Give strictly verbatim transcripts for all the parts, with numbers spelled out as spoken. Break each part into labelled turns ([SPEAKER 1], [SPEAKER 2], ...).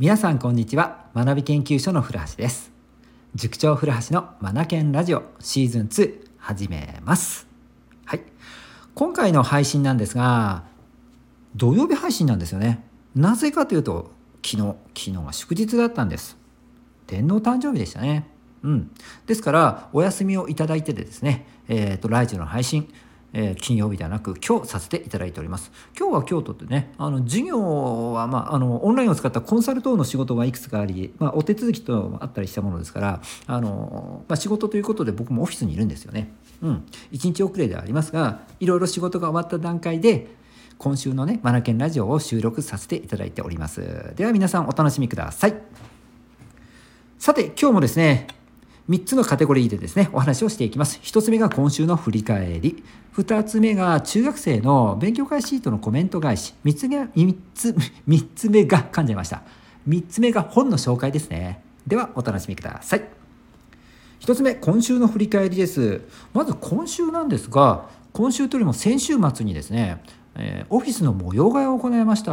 [SPEAKER 1] 皆さんこんにちは。学び研究所の古橋です。塾長古橋のマナケンラジオシーズンツー始めます。はい、今回の配信なんですが土曜日配信なんですよね。なぜかというと昨日昨日は祝日だったんです。天皇誕生日でしたね。うん、ですからお休みをいただいてでですね、えー、とラジオの配信、えー、金曜日ではなく今日させていただいております。今日は京都ってね、あの授業は、まあ、あのオンラインを使ったコンサル等の仕事がいくつかあり、まあ、お手続きともあったりしたものですから、あの、まあ、仕事ということで僕もオフィスにいるんですよね。うん、いちにち遅れではありますが、いろいろ仕事が終わった段階で今週のねマナケンラジオを収録させていただいております。では皆さんお楽しみください。さて今日もですねみっつのカテゴリーでですねお話をしていきます。ひとつめが今週の振り返り、ふたつめが中学生の勉強会シートのコメント返し、みっつめみっつみっつめが噛んじゃいましたみっつめが本の紹介ですね。ではお楽しみください。ひとつめ、今週の振り返りです。まず今週なんですが、今週というよりも先週末にですね、えー、オフィスの模様替えを行いました。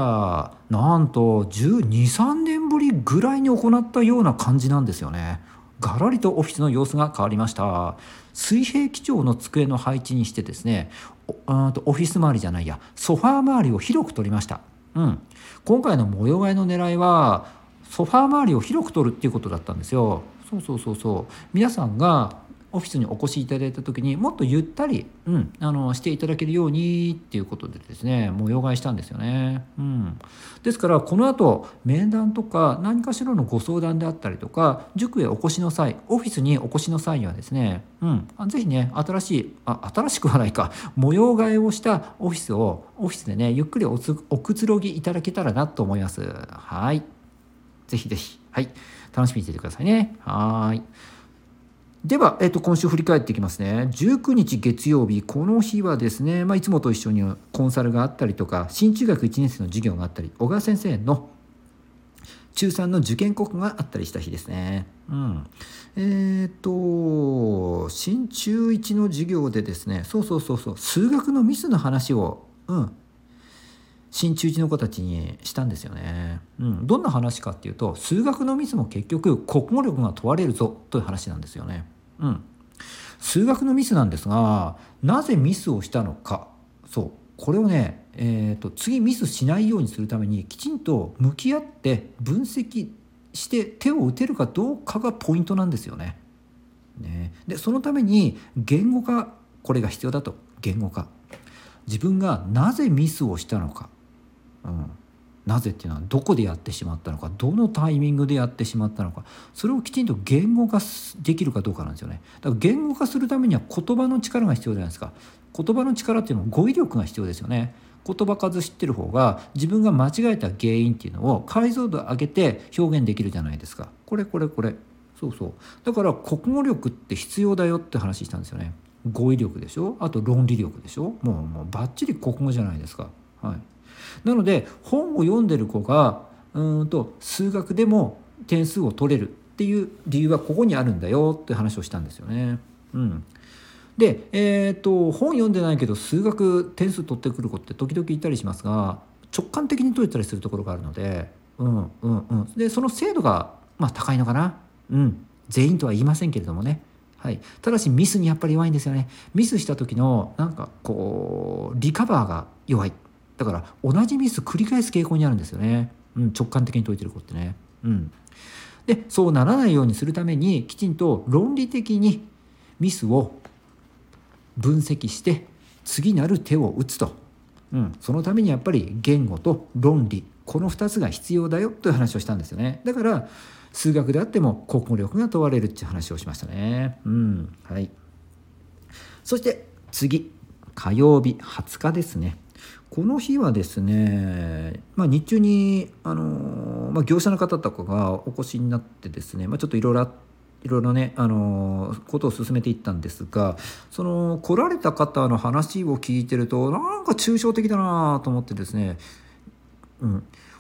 [SPEAKER 1] なんとじゅうに、さんねんぶりぐらいに行ったような感じなんですよね。ガラリとオフィスの様子が変わりました。水平基調の机の配置にしてですね、あとオフィス周りじゃないやソファー周りを広く取りました。うん、今回の模様替えの狙いはソファー周りを広く取るっていうことだったんですよ。そうそうそうそう。皆さんがオフィスにお越しいただいた時にもっとゆったり、うん、あのしていただけるようにっていうことでですね模様替えしたんですよね。うん、ですからこの後面談とか何かしらのご相談であったりとか塾へお越しの際、オフィスにお越しの際にはですね、うん、ぜひね新しいあ新しくはないか模様替えをしたオフィスをオフィスでねゆっくりおつおくつろぎいただけたらなと思います。はい、ぜひぜひ、はい、楽しみにしていてくださいね。はい。では、えっと、今週振り返っていきますね。じゅうくにち月曜日、この日はですね、まあ、いつもと一緒にコンサルがあったりとか、新中学いちねん生の授業があったり、小川先生の中さんの受験国があったりした日ですね。うん、えっと、新中いちの授業でですね、そうそうそうそう、数学のミスの話を、うん、新中いちの子たちにしたんですよね。うん、どんな話かっていうと、数学のミスも結局国語力が問われるぞという話なんですよね。うん、数学のミスなんですが、なぜミスをしたのか、そうこれをね、えーと、次ミスしないようにするためにきちんと向き合って分析して手を打てるかどうかがポイントなんですよね。ねでそのために言語化、これが必要だと。言語化、自分がなぜミスをしたのか、うん、なぜっていうのはどこでやってしまったのか、どのタイミングでやってしまったのか、それをきちんと言語化できるかどうかなんですよね。だから言語化するためには言葉の力が必要じゃないですか。言葉の力っていうのは語彙力が必要ですよね。言葉数知ってる方が自分が間違えた原因っていうのを解像度上げて表現できるじゃないですか。これこれこれそうそう。だから国語力って必要だよって話したんですよね。語彙力でしょ、あと論理力でしょ、もうもうバッチリ国語じゃないですか。はい。なので本を読んでる子がうーんと数学でも点数を取れるっていう理由はここにあるんだよって話をしたんですよね。うん、で、えー、と本読んでないけど数学点数取ってくる子って時々いたりしますが、直感的に取れたりするところがあるので、うんうんうん、でその精度が、まあ、高いのかな。うん、全員とは言いませんけれどもね。はい、ただしミスにやっぱり弱いんですよね。ミスした時のなんかこうリカバーが弱い。だから同じミス繰り返す傾向にあるんですよね。うん、直感的に解いてる子ってね。うん、でそうならないようにするためにきちんと論理的にミスを分析して次なる手を打つと、うん、そのためにやっぱり言語と論理、このふたつが必要だよという話をしたんですよね。だから数学であっても国語力が問われるっていう話をしましたね。うん、はい。そして次火曜日はつかですね。この日はですね、まあ、日中にあの、まあ、業者の方とかがお越しになってですね、まあ、ちょっといろいろいろいろね、あのことを進めていったんですが、その来られた方の話を聞いてるとなんか抽象的だなと思ってですね、うん、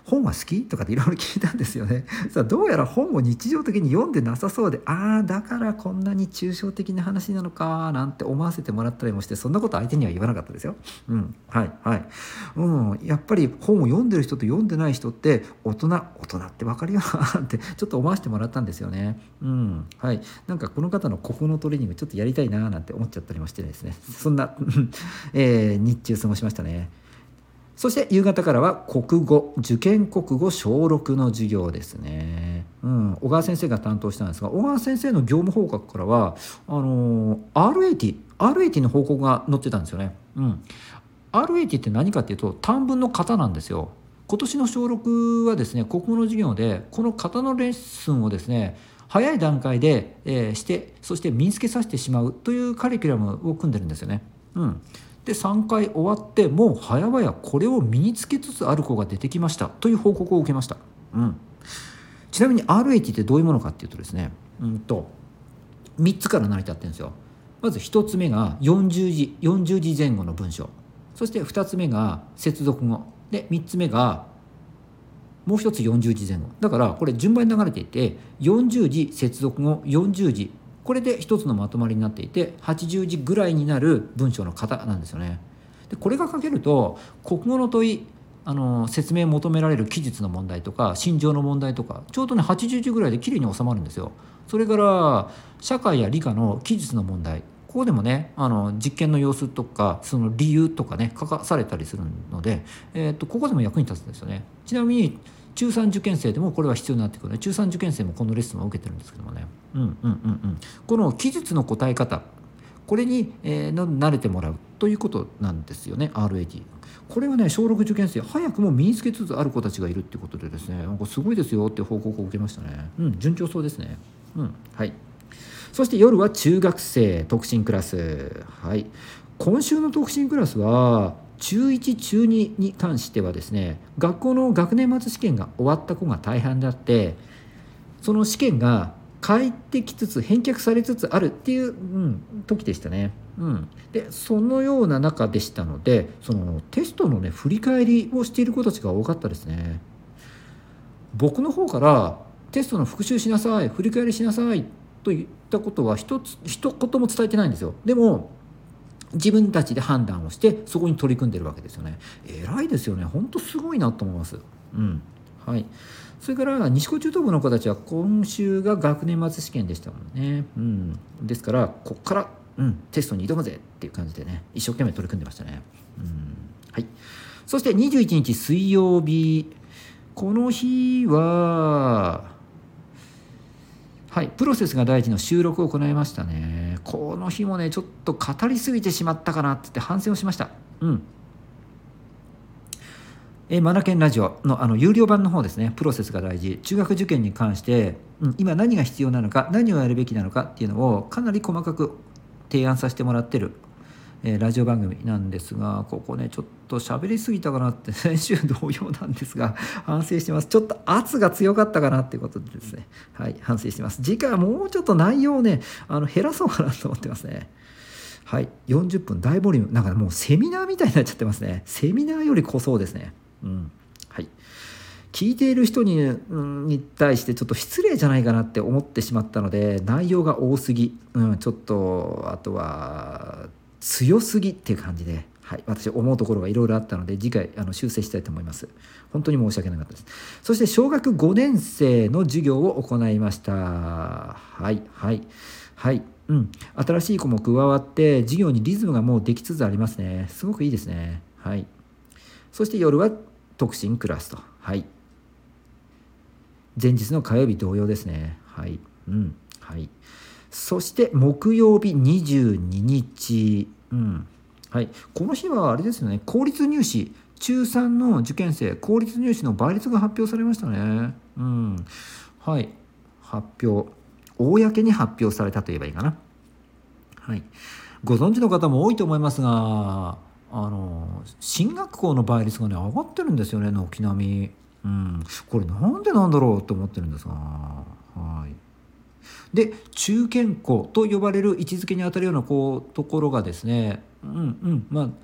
[SPEAKER 1] 本は好きとかっていろいろ聞いたんですよね。さあどうやら本を日常的に読んでなさそうで、ああだからこんなに抽象的な話なのかなんて思わせてもらったりもして、そんなこと相手には言わなかったですよ。うんはいはい、うん、やっぱり本を読んでる人と読んでない人って大人大人って分かるよなってちょっと思わせてもらったんですよね。うんはい、なんかこの方の国語のトレーニングちょっとやりたいななんて思っちゃったりもしてですね、そんな、えー日中過ごしましたね。そして夕方からは国語、受験国語小ろくの授業ですね。うん、小川先生が担当したんですが、小川先生の業務報告からはあのー、アールエイティー、アールエイティー の報告が載ってたんですよね。うん、アールエイティー って何かっていうと短文の型なんですよ。今年の小ろくはですね、国語の授業でこの型のレッスンをですね早い段階で、えーして、そして身につけさせてしまうというカリキュラムを組んでるんですよね。うんでさんかい終わってもう早々これを身につけつつある子が出てきましたという報告を受けました。うん、ちなみに アールエイティー ってどういうものかっていうとですね、うんとみっつから成り立ってるんですよ。まずひとつめがよんじゅうじよんじゅうじぜん後の文章、そしてふたつめが接続語で、みっつめがもう一つよんじゅうじぜん後だから、これ順番に流れていてよんじゅうじ接続語よんじゅうじ、これで一つのまとまりになっていてはちじゅうじぐらいになる文章の型なんですよね。でこれが書けると国語の問い、あの説明を求められる記述の問題とか心情の問題とかちょうどねはちじゅうじぐらいできれいに収まるんですよ。それから社会や理科の記述の問題、ここでもねあの実験の様子とかその理由とかね書かされたりするので、えー、とここでも役に立つんですよね。ちなみに中さん受験生でもこれは必要になってくるので、中さん受験生もこのレッスンを受けてるんですけどもね、うんうんうんうん、この記述の答え方、これに、えー、の慣れてもらうということなんですよね。 アールエイティー これはね小ろく受験生早くも身につけつつある子たちがいるっていうことでですね、なんかすごいですよって報告を受けましたね。うん順調そうですね。うんはい。そして夜は中学生特進クラス。はい、今週の特進クラスは中いち中にに関してはですね、学校の学年末試験が終わった子が大半であって、その試験が返ってきつつ返却されつつあるっていう、うん、時でしたね。うん、でそのような中でしたので、そのテストのね振り返りをしている子たちが多かったですね。僕の方からテストの復習しなさい、振り返りしなさいといったことは一つ一言も伝えてないんですよ。でも自分たちで判断をしてそこに取り組んでるわけですよね。偉いですよね。本当すごいなと思います。うんはい。それから西高中等部の子たちは今週が学年末試験でしたもんね。うん、ですからこっから、うん、テストに挑むぜっていう感じでね一生懸命取り組んでましたね。うんはい。そしてにじゅういちにち水曜日、この日ははい、プロセスが大事の収録を行いましたね。この日もねちょっと語りすぎてしまったかなって言って反省をしました。うんえマナケンラジオのあの有料版の方ですね、プロセスが大事、中学受験に関して、うん、今何が必要なのか何をやるべきなのかっていうのをかなり細かく提案させてもらってる、えーラジオ番組なんですが、ここねちょっと喋りすぎたかなって先週同様なんですが反省してます。ちょっと圧が強かったかなっていうことでですね、はい反省してます。次回はもうちょっと内容をねあの減らそうかなと思ってますね。はい、よんじゅっぷん大ボリューム、なんかもうセミナーみたいになっちゃってますね。セミナーより濃そうですね。うんはい、聞いている人に、うん、に対してちょっと失礼じゃないかなって思ってしまったので、内容が多すぎ、うん、ちょっとあとは強すぎっていう感じで、はい、私思うところがいろいろあったので次回あの修正したいと思います。本当に申し訳なかったです。そして小学ごねん生の授業を行いました。はいはいはいうん、新しい子も加わって授業にリズムがもうできつつありますね。すごくいいですね。はい。そして夜は特進クラスと、はい、前日の火曜日同様ですね。はい、うんはい、そして木曜日にじゅうににち、うんはい、この日はあれですよね、公立入試中さんの受験生公立入試の倍率が発表されましたね。うんはい、発表公に発表されたといえばいいかな。はい、ご存知の方も多いと思いますが、あの進学校の倍率がね上がってるんですよね、軒並み。うん、これなんでなんだろうと思ってるんですが、はい、で中堅校と呼ばれる位置づけに当たるようなこうところがですね、うんうんまあ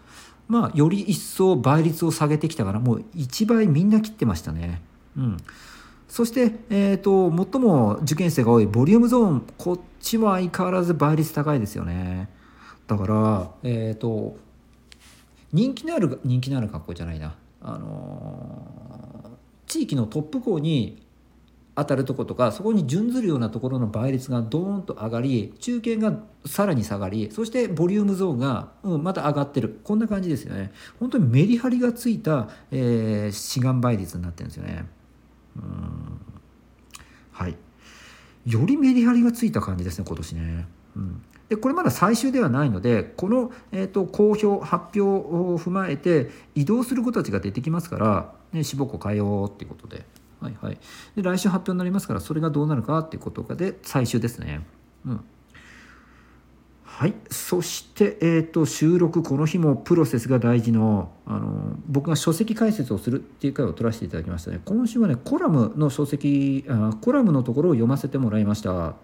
[SPEAKER 1] まあより一層倍率を下げてきたから、もういちばいみんな切ってましたね。うん、そして、えーと、最も受験生が多いボリュームゾーン、こっちも相変わらず倍率高いですよね。だから、えーと、人気のある人気のある学校じゃないな、あのー、地域のトップ校に当たるところとか、そこに準ずるようなところの倍率がドーンと上がり、中堅がさらに下がり、そしてボリュームゾーンが、うん、また上がってる、こんな感じですよね。本当にメリハリがついた、えー、志願倍率になってるんですよね。うん、はい、よりメリハリがついた感じですね、今年ね。うん、でこれまだ最終ではないので、この、えーと、公表発表を踏まえて移動する子たちが出てきますから、ね、志望校変えようっていうことで、はいはい、で来週発表になりますから、それがどうなるかっていうことで最終ですね。うん、はい、そして、えーと、収録、この日もプロセスが大事の、あの僕が書籍解説をするっていう回を取らせていただきましたね。今週はね、コラムの書籍あコラムのところを読ませてもらいました。はい、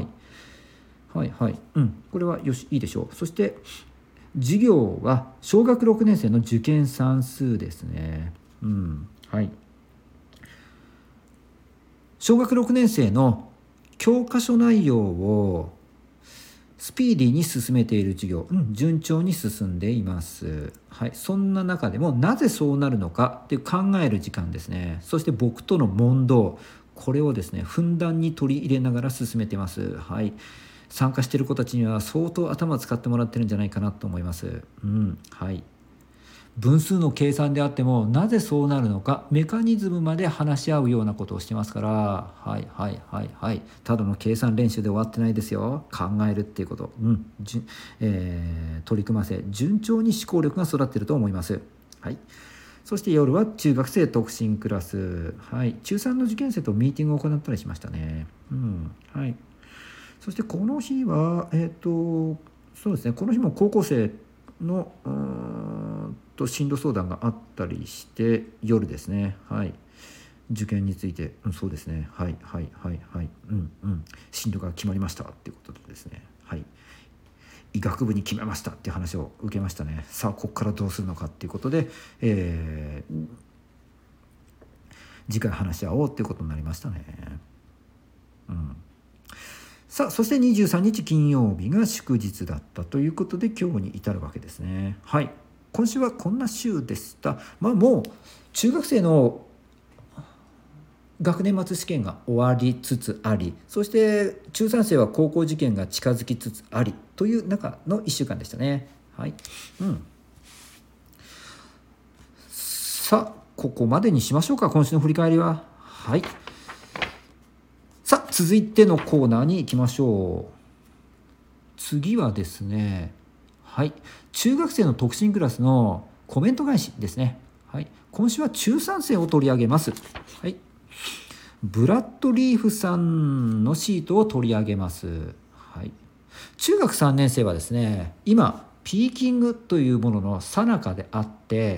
[SPEAKER 1] はいはい、うん、これはよしいいでしょう。そして授業は小学ろくねん生の受験算数ですね。うん、はい、小学ろくねん生の教科書内容をスピーディーに進めている授業、うん、順調に進んでいます。はい、そんな中でもなぜそうなるのかっていう考える時間ですね。そして僕との問答、これをですねふんだんに取り入れながら進めてます。はい、参加している子たちには相当頭を使ってもらってるんじゃないかなと思います。うん、はい、分数の計算であってもなぜそうなるのか、メカニズムまで話し合うようなことをしてますから、はいはいはいはい、ただの計算練習で終わってないですよ。考えるっていうこと、うんじゅ、えー、取り組ませ順調に思考力が育っていると思います。はい、そして夜は中学生特進クラス、はい、中さんの受験生とミーティングを行ったりしましたね。うんはい、そしてこの日はえっ、ー、とそうですね、この日も高校生のうーんと進路相談があったりして、夜ですね。はい、受験について、うん、そうですね、はいはいはいはい、うんうん進路が決まりましたっていうことでですね、はい、医学部に決めましたっていう話を受けましたね。さあここからどうするのかっていうことで、えー、次回話し合おうっていうことになりましたね。うん、さあそしてにじゅうさんにち金曜日が祝日だったということで、今日に至るわけですね。はい、今週はこんな週でした。まあもう中学生の学年末試験が終わりつつあり、そして中さん生は高校受験が近づきつつありという中のいっしゅうかんでしたね。はい、うん、さあここまでにしましょうか、今週の振り返りは。はい、さあ続いてのコーナーに行きましょう。次はですね、はい、中学生の特進クラスのコメント返しですね。はい、今週は中さん生を取り上げます。はい、ブラッドリーフさんのシートを取り上げます。はい、中学さんねん生はですね、今ピーキングというものの最中であって、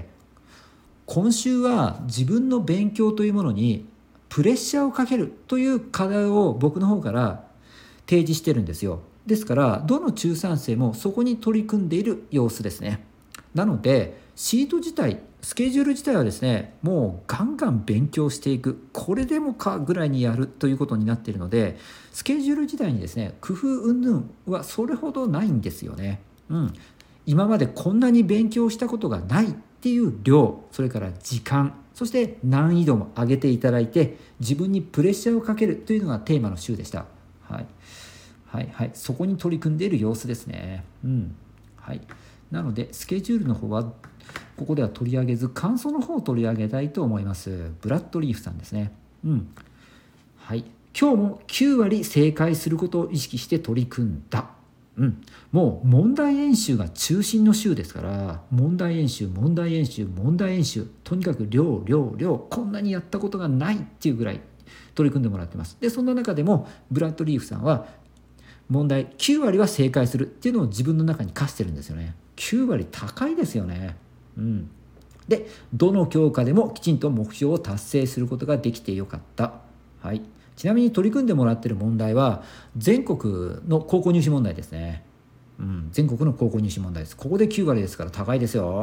[SPEAKER 1] 今週は自分の勉強というものにプレッシャーをかけるという課題を僕の方から提示してるんですよ。ですからどの中さん生もそこに取り組んでいる様子ですね。なのでシート自体、スケジュール自体はですね、もうガンガン勉強していく、これでもかぐらいにやるということになっているので、スケジュール自体にですね工夫云々はそれほどないんですよね。うん、今までこんなに勉強したことがないっていう量、それから時間、そして難易度も上げていただいて、自分にプレッシャーをかけるというのがテーマの週でした。はいはいはい、そこに取り組んでいる様子ですね。うんはい、なのでスケジュールの方はここでは取り上げず、感想の方を取り上げたいと思います。ブラッドリーフさんですね。うんはい、今日もきゅうわり正解することを意識して取り組んだ。うん、もう問題演習が中心の週ですから、問題演習問題演習問題演習、とにかく量量量、こんなにやったことがないっていうぐらい取り組んでもらってます。でそんな中でもブラッドリーフさんは問題きゅうわりは正解するっていうのを自分の中に課してるんですよね。きゅうわり高いですよね。うん、でどの教科でもきちんと目標を達成することができてよかった。はい、ちなみに取り組んでもらっている問題は全国の高校入試問題ですね。うん、全国の高校入試問題です。ここできゅうわりですから高いですよ。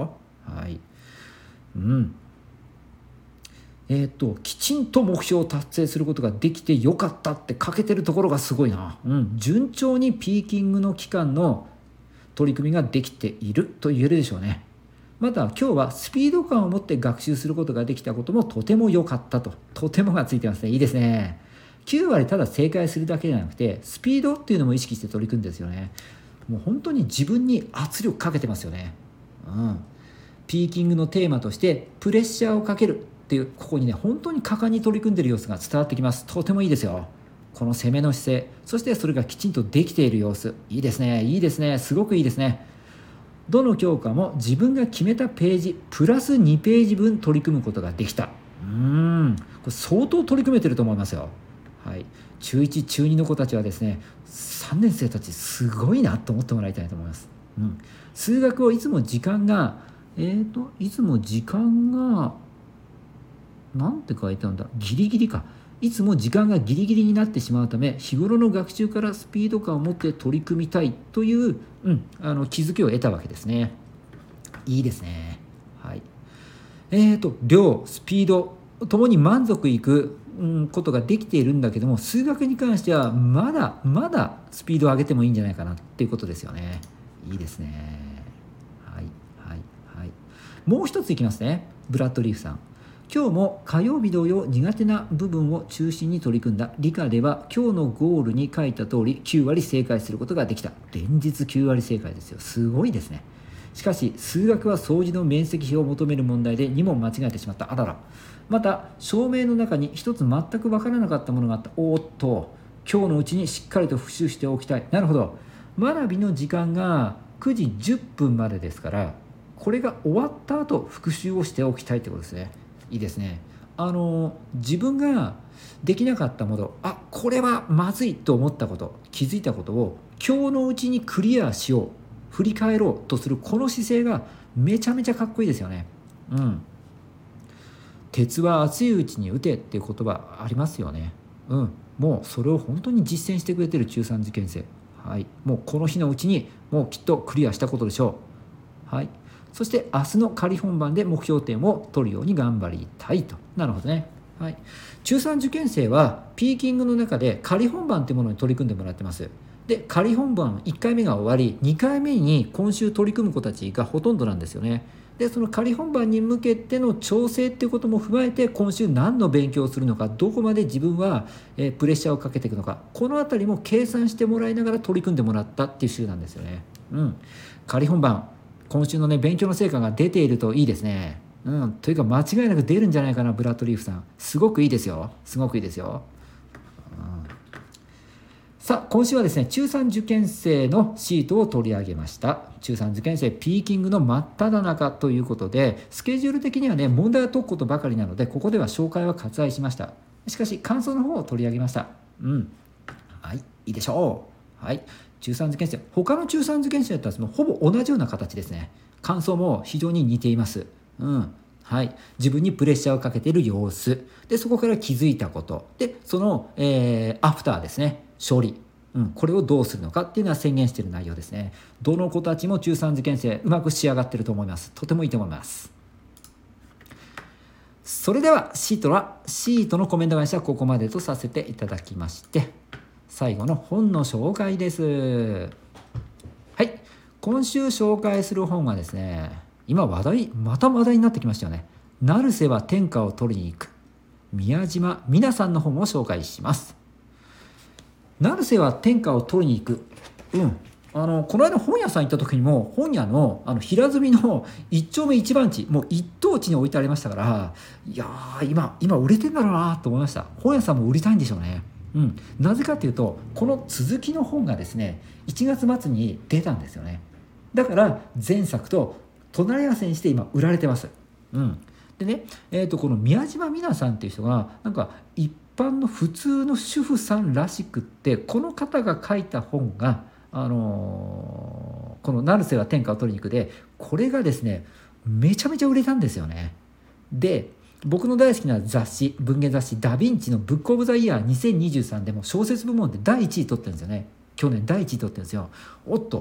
[SPEAKER 1] はい。うん。えっときちんと目標を達成することができてよかったって書けてるところがすごいな。うん。順調にピーキングの期間の取り組みができていると言えるでしょうね。また今日はスピード感を持って学習することができたこともとても良かったと。とてもがついてますね。いいですね。きゅう割ただ正解するだけじゃなくてスピードっていうのも意識して取り組んでるんですよね。もう本当に自分に圧力かけてますよね。うん。ピーキングのテーマとしてプレッシャーをかけるっていう、ここにね本当に果敢に取り組んでいる様子が伝わってきます。とてもいいですよ。この攻めの姿勢、そしてそれがきちんとできている様子、いいですね。いいですね。すごくいいですね。どの教科も自分が決めたページプラスにページ分取り組むことができた。うーん、これ相当取り組めてると思いますよ。はい、中いち中にの子たちはですね、さんねん生たちすごいなと思ってもらいたいと思います。うん、数学をいつも時間がえーといつも時間がなんて書いてあるんだ、ギリギリか。いつも時間がギリギリになってしまうため、日頃の学習からスピード感を持って取り組みたいという、うん、あの気づきを得たわけですね。いいですね。はい。えーと量スピードともに満足いく、うん、ことができているんだけども、数学に関してはまだまだスピードを上げてもいいんじゃないかなっていうことですよね。いいですね。はいはいはい。もう一ついきますね。ブラッドリーフさん。今日も火曜日同様苦手な部分を中心に取り組んだ。理科では今日のゴールに書いた通りきゅう割正解することができた。連日きゅう割正解ですよ。すごいですね。しかし数学は相似の面積表を求める問題でに問間違えてしまった。あらら。また証明の中に一つ全く分からなかったものがあった。おーっと、今日のうちにしっかりと復習しておきたい。なるほど。学びの時間がくじじゅっぷんまでですから、これが終わった後復習をしておきたいってことですね。いいですね。あの自分ができなかったもの、あ、これはまずいと思ったこと、気づいたことを今日のうちにクリアしよう、振り返ろうとするこの姿勢がめちゃめちゃかっこいいですよね。うん。鉄は熱いうちに打てっていう言葉ありますよね。うん。もうそれを本当に実践してくれてる中さん受験生。はい。もうこの日のうちにもうきっとクリアしたことでしょう。はい。そして明日の仮本番で目標点を取るように頑張りたいと。なるほどね。はい。中さん受験生はピーキングの中で仮本番というものに取り組んでもらってます。で、仮本番いっかいめが終わり、にかいめに今週取り組む子たちがほとんどなんですよね。で、その仮本番に向けての調整っていうことも踏まえて、今週何の勉強をするのか、どこまで自分はえプレッシャーをかけていくのか、このあたりも計算してもらいながら取り組んでもらったっていう週なんですよね。うん。仮本番、今週のね勉強の成果が出ているといいですね。うん、というか間違いなく出るんじゃないかな。ブラッドリーフさん、すごくいいですよ。すごくいいですよ。うん、さあ今週はですね、中さん受験生のシートを取り上げました。中さん受験生ピーキングの真っ只中ということで、スケジュール的にはね問題を解くことばかりなので、ここでは紹介は割愛しました。しかし感想の方を取り上げました。うん、はい、いいでしょう。はい。中さん受験生、他の中さん受験生だったらもうほぼ同じような形ですね。感想も非常に似ています。うん。はい。自分にプレッシャーをかけている様子。で、そこから気づいたこと。で、その、えー、アフターですね。処理。うん。これをどうするのかっていうのは宣言している内容ですね。どの子たちも中さん受験生、うまく仕上がっていると思います。とてもいいと思います。それではシートは、シートのコメント返しはここまでとさせていただきまして、最後の本の紹介です。はい、今週紹介する本はですね、今話題また話題になってきましたよね。成瀬は天下を取りに行く、宮島美奈さんの本を紹介します。成瀬は天下を取りに行く、うんあのこの間本屋さん行った時にも本屋のあの平積みの一丁目一番地、もう一等地に置いてありましたから、いやー今今売れてんだろうなと思いました。本屋さんも売りたいんでしょうね。うん、なぜかというと、この続きの本がですねいちがつ末に出たんですよね。だから前作と隣り合わせにして今売られてます。うん、でね、えー、とこの宮島美奈さんっていう人がなんか一般の普通の主婦さんらしくって、この方が書いた本があのー、この成瀬は天下を取りに行くで、これがですねめちゃめちゃ売れたんですよね。で、僕の大好きな雑誌、文芸雑誌ダヴィンチのブックオブザイヤーにせんにじゅうさんでも小説部門でだいいちい取ってるんですよね。去年だいいちい取ってるんですよ。おっと、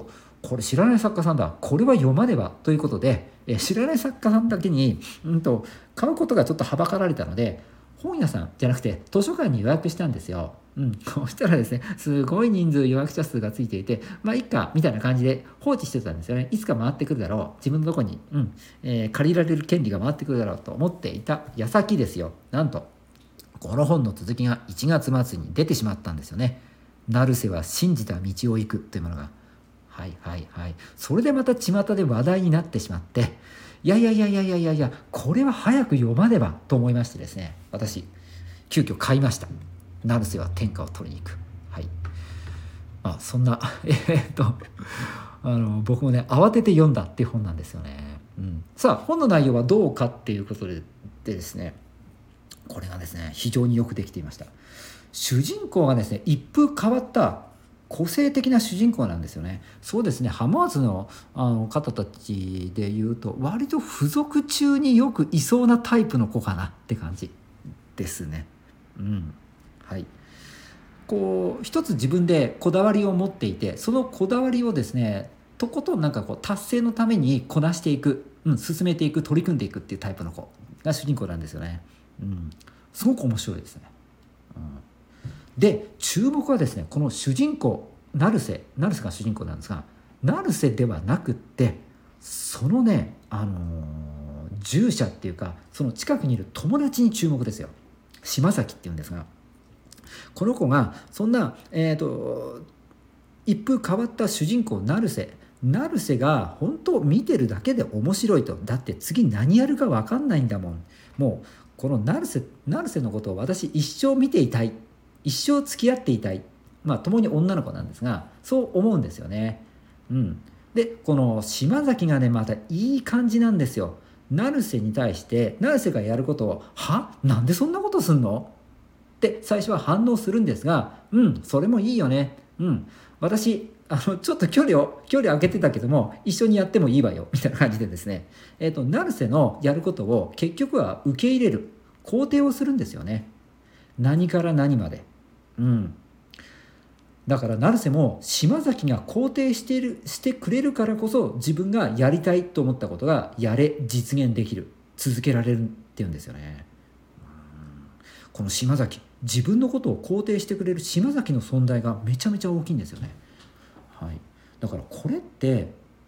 [SPEAKER 1] これ知らない作家さんだ、これは読まねばということで、え知らない作家さんだけに、うんと、買うことがちょっとはばかられたので、本屋さんじゃなくて図書館に予約したんですよ。うん、そしたらですね、すごい人数予約者数がついていて、まあいいかみたいな感じで放置してたんですよね。いつか回ってくるだろう、自分のとこに、うんえー借りられる権利が回ってくるだろうと思っていた矢先ですよ、なんとこの本の続きがいちがつ末に出てしまったんですよね。成瀬は信じた道を行くというものが。はいはいはい。それでまた巷で話題になってしまって、いやいやいやいやいやいやいや、これは早く読まねばと思いましてですね、私、急遽買いました。成瀬は天下を取りに行く。はい。まあ、そんな、えー、っと、あの、僕もね、慌てて読んだっていう本なんですよね。うん、さあ、本の内容はどうかっていうことで、でですね、これがですね、非常によくできていました。主人公がですね、一風変わった個性的な主人公なんですよね。そうですね、ハマーズの、あの方たちでいうと割と付属中によくいそうなタイプの子かなって感じですね。うん、はい。こう一つ自分でこだわりを持っていて、そのこだわりをですね、とことんなんかこう達成のためにこなしていく、うん、進めていく、取り組んでいくっていうタイプの子が主人公なんですよね。うん、すごく面白いですね。うん、で注目はですね、この主人公成瀬成瀬が主人公なんですが、成瀬ではなくって、そのね、あのー従者っていうか、その近くにいる友達に注目ですよ。島崎っていうんですが、この子がそんな、えーと、一風変わった主人公成瀬成瀬が本当見てるだけで面白いと。だって次何やるか分かんないんだもん。もうこの成瀬成瀬のことを私一生見ていたい、一生付き合っていたい、まあ共に女の子なんですが、そう思うんですよね。うん、でこの島崎がね、またいい感じなんですよ。成瀬に対して成瀬がやることを「はなんでそんなことすんの?」って最初は反応するんですが、うんそれもいいよね、うん私あのちょっと距離を距離を空けてたけども一緒にやってもいいわよみたいな感じでですね、えーと、成瀬のやることを結局は受け入れる、肯定をするんですよね。何から何まで。うんだから成瀬も島崎が肯定しているしてくれるからこそ、自分がやりたいと思ったことがやれ実現できる、続けられるっていうんですよね。この島崎、自分のことを肯定してくれる島崎の存在がめちゃめちゃ大きいんですよね。はい、だからこれって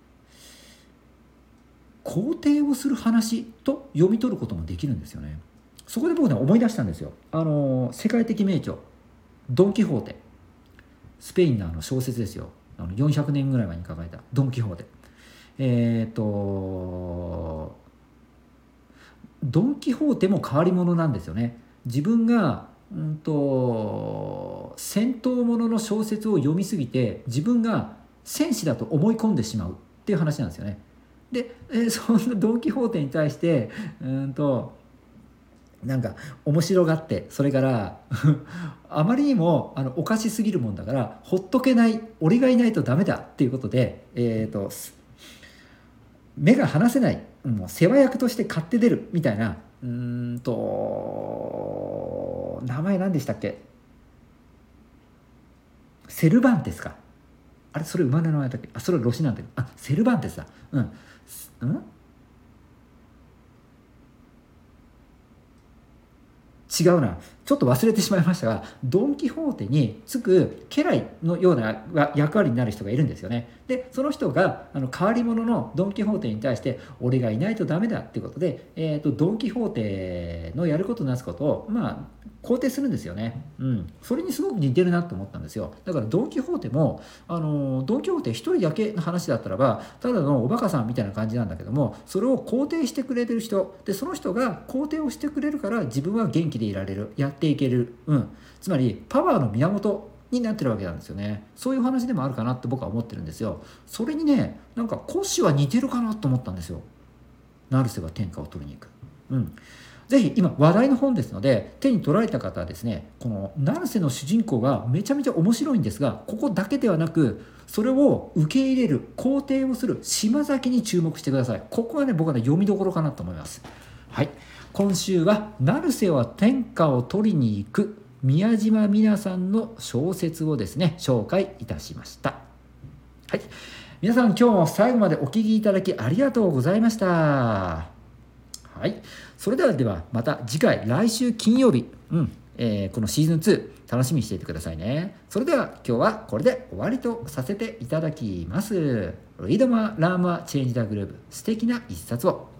[SPEAKER 1] 肯定をする話と読み取ることもできるんですよね。そこで僕ね思い出したんですよ。あの世界的名著ドン・キホーテ、スペインのあの小説ですよ。あのよんひゃくねんぐらい前に書かれたドン・キホーテ。えっ、ー、とドン・キホーテも変わり者なんですよね。自分が、うんと、戦闘ものの小説を読みすぎて自分が戦士だと思い込んでしまうっていう話なんですよね。で、えー、そんなドン・キホーテに対してうんとなんか面白がって、それからあまりにもあのおかしすぎるもんだからほっとけない、俺がいないとダメだっていうことで、えーと目が離せない、もう世話役として買って出るみたいな、うーんと名前何でしたっけ、セルバンテスか、あれそれ馬の名前だっけ、あそれロシなんだけど、あセルバンテスだ、うん、うん違うな、ちょっと忘れてしまいましたが、ドン・キホーテにつく家来のような役割になる人がいるんですよね。でその人があの変わり者のドン・キホーテに対して俺がいないとダメだっていうことで、えー、とドン・キホーテのやることなすことをまあ肯定するんですよね。うん、それにすごく似てるなと思ったんですよ。だからドン・キホーテもあのドン・キホーテ一人だけの話だったらばただのおバカさんみたいな感じなんだけども、それを肯定してくれてる人で、その人が肯定をしてくれるから自分は元気でいられる、やっていける、うん、つまりパワーの源になってるわけなんですよね。そういう話でもあるかなって僕は思ってるんですよ。それにね、なんか骨子は似てるかなと思ったんですよ。成瀬が天下を取りに行く。うん。ぜひ今話題の本ですので手に取られた方はですね、この成瀬の主人公がめちゃめちゃ面白いんですが、ここだけではなくそれを受け入れる、肯定をする島崎に注目してください。ここがね僕はね読みどころかなと思います。はい、今週は成瀬は天下を取りに行く、宮島みなさんの小説をですね紹介いたしました。はい、 皆さん今日も最後までお聞きいただきありがとうございました。はい、それではではまた次回来週金曜日、うんえー、このシーズンツー楽しみにしていてくださいね。それでは今日はこれで終わりとさせていただきます。Read more, learn more, change the groove 素敵な一冊を。